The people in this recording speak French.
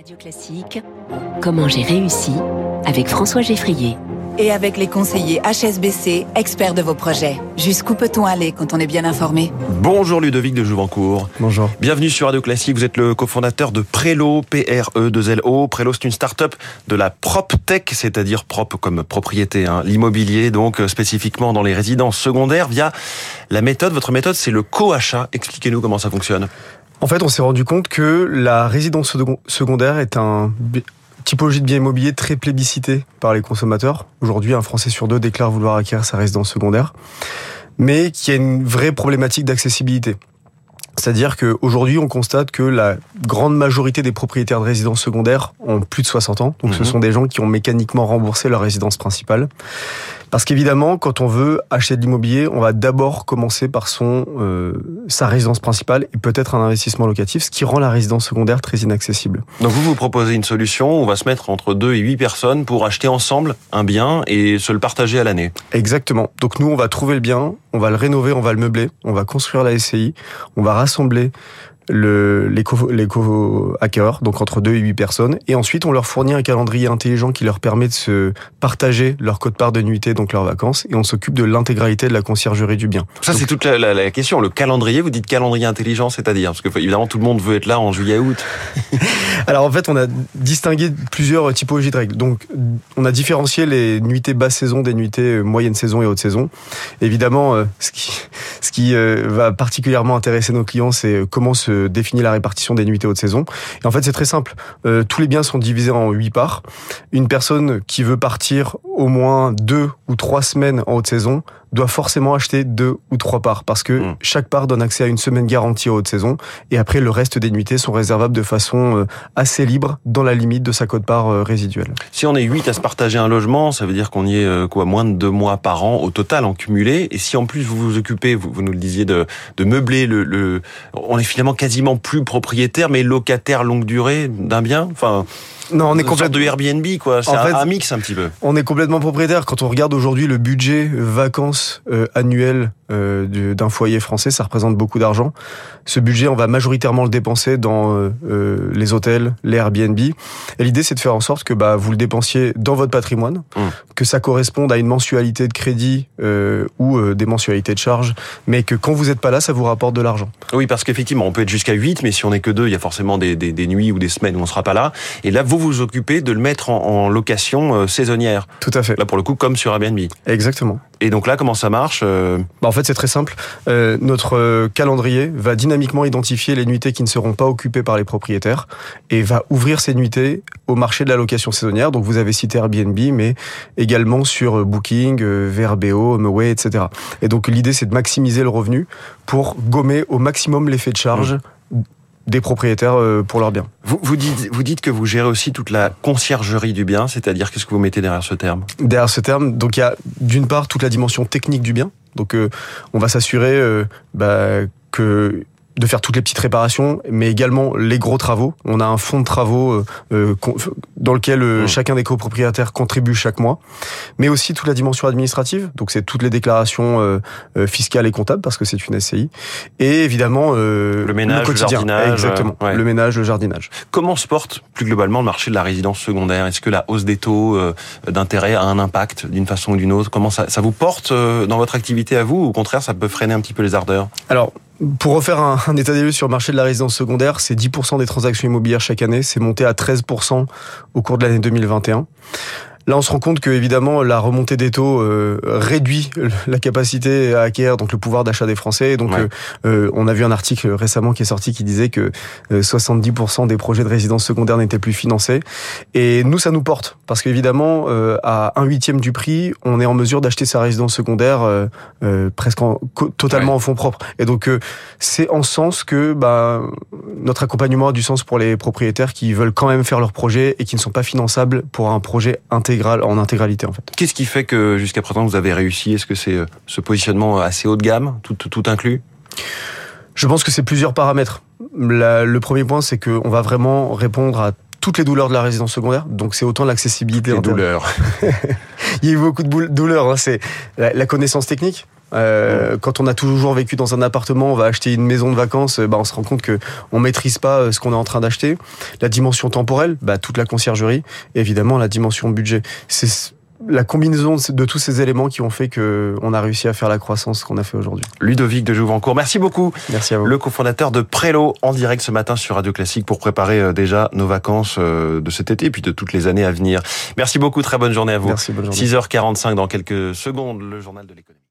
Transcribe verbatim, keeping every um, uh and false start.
Radio Classique, comment j'ai réussi avec François Geffrier. Et avec les conseillers H S B C, experts de vos projets. Jusqu'où peut-on aller quand on est bien informé ? Bonjour Ludovic de Jouvencourt. Bonjour. Bienvenue sur Radio Classique. Vous êtes le cofondateur de Prelo, P R E deux L O. Prelo, c'est une start-up de la PropTech, c'est-à-dire propre comme propriété, hein, l'immobilier, donc spécifiquement dans les résidences secondaires via la méthode. Votre méthode, c'est le co-achat. Expliquez-nous comment ça fonctionne. En fait, on s'est rendu compte que la résidence secondaire est un typologie de bien immobilier très plébiscité par les consommateurs. Aujourd'hui, un Français sur deux déclare vouloir acquérir sa résidence secondaire, mais qui a une vraie problématique d'accessibilité. C'est-à-dire qu'aujourd'hui, on constate que la grande majorité des propriétaires de résidences secondaires ont plus de soixante ans. Donc, mmh. ce sont des gens qui ont mécaniquement remboursé leur résidence principale. Parce qu'évidemment, quand on veut acheter de l'immobilier, on va d'abord commencer par son euh, sa résidence principale et peut-être un investissement locatif, ce qui rend la résidence secondaire très inaccessible. Donc vous vous proposez une solution, on va se mettre entre deux et huit personnes pour acheter ensemble un bien et se le partager à l'année. Exactement. Donc nous, on va trouver le bien, on va le rénover, on va le meubler, on va construire la S C I, on va rassembler le, les, co, les co-hackers, donc entre deux et huit personnes, et ensuite on leur fournit un calendrier intelligent qui leur permet de se partager leur quote-part de nuitée, donc leurs vacances, et on s'occupe de l'intégralité de la conciergerie du bien. Ça, donc, c'est toute la, la, la question. Le calendrier, vous dites calendrier intelligent, c'est-à-dire, parce que évidemment tout le monde veut être là en juillet-août. Alors en fait, on a distingué plusieurs typologies de règles. Donc on a différencié les nuitées basse saison des nuitées moyenne saison et haute saison. Évidemment, ce qui, ce qui va particulièrement intéresser nos clients, c'est comment se définit la répartition des nuitées haute saison. Et en fait, c'est très simple. Euh, tous les biens sont divisés en huit parts. Une personne qui veut partir au moins deux ou trois semaines en haute saison doit forcément acheter deux ou trois parts parce que mmh. chaque part donne accès à une semaine garantie en haute saison et après le reste des nuitées sont réservables de façon euh, assez libre dans la limite de sa quote-part euh, résiduelle. Si on est huit à se partager un logement, ça veut dire qu'on y est euh, quoi, moins de deux mois par an au total en cumulé. Et si en plus vous vous occupez, vous, vous nous le disiez, de, de meubler le, le, on est finalement quasiment plus propriétaire mais locataire longue durée d'un bien. Enfin. Non, on est complètement de Airbnb, quoi. C'est en un, fait, un mix un petit peu. On est complètement propriétaire. Quand on regarde aujourd'hui le budget vacances euh, annuel euh, d'un foyer français, ça représente beaucoup d'argent. Ce budget, on va majoritairement le dépenser dans euh, les hôtels, les Airbnb. Et l'idée, c'est de faire en sorte que bah, vous le dépensiez dans votre patrimoine, mmh. que ça corresponde à une mensualité de crédit euh, ou euh, des mensualités de charges, mais que quand vous n'êtes pas là, ça vous rapporte de l'argent. Oui, parce qu'effectivement, on peut être jusqu'à huit, mais si on n'est que deux, il y a forcément des, des, des nuits ou des semaines où on ne sera pas là. Et là, vous vous occupez de le mettre en, en location euh, saisonnière. Tout à fait. Là, pour le coup, comme sur Airbnb. Exactement. Et donc là, comment ça marche euh... bah En fait, c'est très simple. Euh, notre euh, calendrier va dynamiquement identifier les nuitées qui ne seront pas occupées par les propriétaires et va ouvrir ces nuitées au marché de la location saisonnière. Donc, vous avez cité Airbnb, mais également sur Booking, euh, V R B O, HomeAway, et cetera. Et donc, l'idée, c'est de maximiser le revenu pour gommer au maximum l'effet de charge mmh. des propriétaires pour leurs biens. Vous, vous, dites, vous dites que vous gérez aussi toute la conciergerie du bien, c'est-à-dire qu'est-ce que vous mettez derrière ce terme ? Derrière ce terme, donc il y a d'une part toute la dimension technique du bien. Donc euh, on va s'assurer euh, bah, que de faire toutes les petites réparations, mais également les gros travaux. On a un fonds de travaux euh, dans lequel euh, mmh. chacun des copropriétaires contribue chaque mois, mais aussi toute la dimension administrative. Donc c'est toutes les déclarations euh, fiscales et comptables parce que c'est une S C I, et évidemment euh, le ménage, le quotidien. Le jardinage, exactement. Ouais. Le ménage, le jardinage. Comment se porte plus globalement le marché de la résidence secondaire ? Est-ce que la hausse des taux euh, d'intérêt a un impact d'une façon ou d'une autre ? Comment ça, ça vous porte euh, dans votre activité à vous ? Ou au contraire, ça peut freiner un petit peu les ardeurs ? Alors. Pour refaire un, un état des lieux sur le marché de la résidence secondaire, c'est dix pour cent des transactions immobilières chaque année, c'est monté à treize pour cent au cours de l'année deux mille vingt et un. Là, on se rend compte que évidemment la remontée des taux euh, réduit la capacité à acquérir, donc le pouvoir d'achat des Français. Donc, ouais. euh, euh, on a vu un article récemment qui est sorti qui disait que euh, soixante-dix pour cent des projets de résidence secondaire n'étaient plus financés. Et nous, ça nous porte parce qu'évidemment, euh, à un huitième du prix, on est en mesure d'acheter sa résidence secondaire euh, euh, presque en, co- totalement ouais. en fonds propres. Et donc, euh, c'est en ce sens que bah, notre accompagnement a du sens pour les propriétaires qui veulent quand même faire leur projet et qui ne sont pas finançables pour un projet intégral. En intégralité en fait. Qu'est-ce qui fait que jusqu'à présent vous avez réussi ? Est-ce que c'est ce positionnement assez haut de gamme, tout, tout inclus ? Je pense que c'est plusieurs paramètres. La, le premier point, c'est qu'on va vraiment répondre à toutes les douleurs de la résidence secondaire, donc c'est autant l'accessibilité. Les douleurs. Il y a eu beaucoup de douleurs, hein. C'est la, la connaissance technique. Euh, mmh. Quand on a toujours vécu dans un appartement, on va acheter une maison de vacances, bah, on se rend compte que on maîtrise pas ce qu'on est en train d'acheter. La dimension temporelle, bah, toute la conciergerie, et évidemment la dimension budget. C'est la combinaison de tous ces éléments qui ont fait qu'on a réussi à faire la croissance qu'on a fait aujourd'hui. Ludovic de Jouvencourt, merci beaucoup. Merci à vous. Le cofondateur de Prélo, en direct ce matin sur Radio Classique pour préparer déjà nos vacances de cet été et puis de toutes les années à venir. Merci beaucoup, très bonne journée à vous. Merci, bonne journée. six heures quarante-cinq dans quelques secondes, le journal de l'économie.